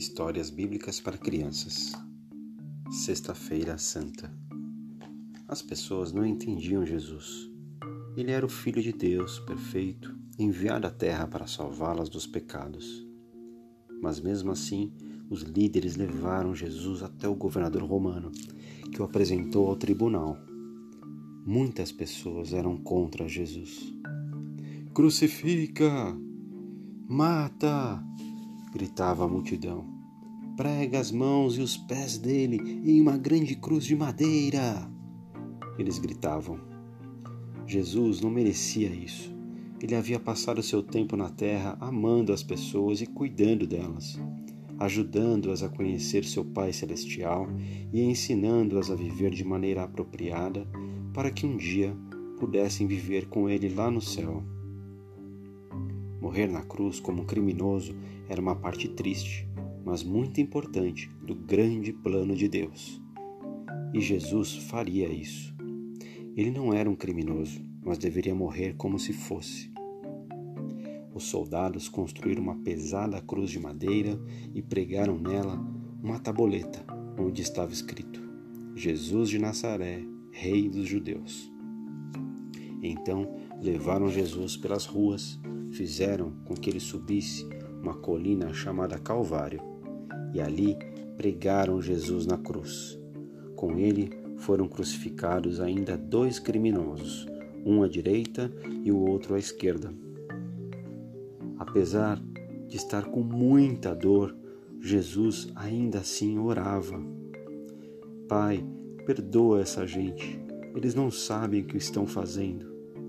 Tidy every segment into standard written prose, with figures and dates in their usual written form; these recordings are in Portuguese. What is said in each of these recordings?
Histórias Bíblicas para Crianças. Sexta-feira Santa. As pessoas não entendiam Jesus. Ele era o Filho de Deus, perfeito, enviado à terra para salvá-las dos pecados. Mas mesmo assim, os líderes levaram Jesus até o governador romano, que o apresentou ao tribunal. Muitas pessoas eram contra Jesus. "Crucifica! Mata!" gritava a multidão. "Prega as mãos e os pés dele em uma grande cruz de madeira!" Eles gritavam. Jesus não merecia isso. Ele havia passado seu tempo na terra amando as pessoas e cuidando delas, ajudando-as a conhecer seu Pai Celestial e ensinando-as a viver de maneira apropriada para que um dia pudessem viver com Ele lá no céu. Morrer na cruz como um criminoso era uma parte triste, mas muito importante do grande plano de Deus. E Jesus faria isso. Ele não era um criminoso, mas deveria morrer como se fosse. Os soldados construíram uma pesada cruz de madeira e pregaram nela uma tabuleta, onde estava escrito: Jesus de Nazaré, Rei dos Judeus. Então levaram Jesus pelas ruas, fizeram com que ele subisse uma colina chamada Calvário, e ali pregaram Jesus na cruz. Com ele foram crucificados ainda 2 criminosos, um à direita e o outro à esquerda. Apesar de estar com muita dor, Jesus ainda assim orava: "Pai, perdoa essa gente, eles não sabem o que estão fazendo."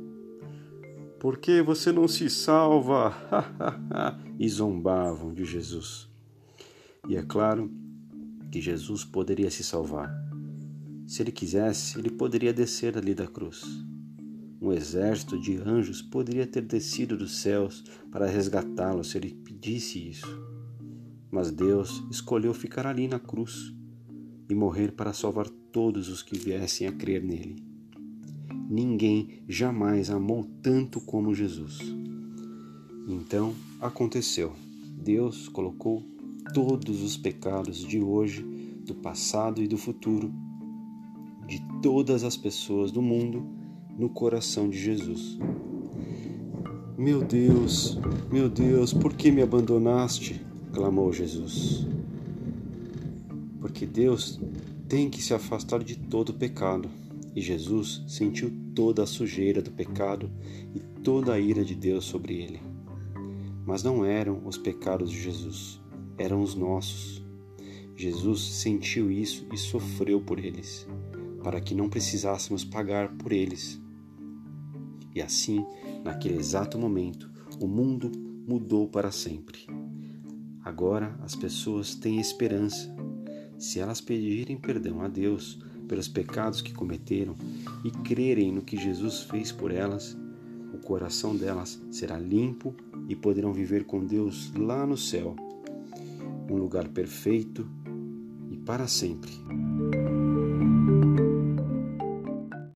"Por que você não se salva?" E zombavam de Jesus. E é claro que Jesus poderia se salvar. Se ele quisesse, ele poderia descer ali da cruz. Um exército de anjos poderia ter descido dos céus para resgatá-lo se ele pedisse isso. Mas Deus escolheu ficar ali na cruz e morrer para salvar todos os que viessem a crer nele. Ninguém jamais amou tanto como Jesus. Então aconteceu. Deus colocou todos os pecados de hoje, do passado e do futuro, de todas as pessoas do mundo, no coração de Jesus. Meu Deus, por que me abandonaste?" clamou Jesus. Porque Deus tem que se afastar de todo pecado. E Jesus sentiu toda a sujeira do pecado e toda a ira de Deus sobre ele. Mas não eram os pecados de Jesus, eram os nossos. Jesus sentiu isso e sofreu por eles, para que não precisássemos pagar por eles. E assim, naquele exato momento, o mundo mudou para sempre. Agora as pessoas têm esperança. Se elas pedirem perdão a Deus pelos pecados que cometeram e crerem no que Jesus fez por elas, o coração delas será limpo e poderão viver com Deus lá no céu, um lugar perfeito e para sempre.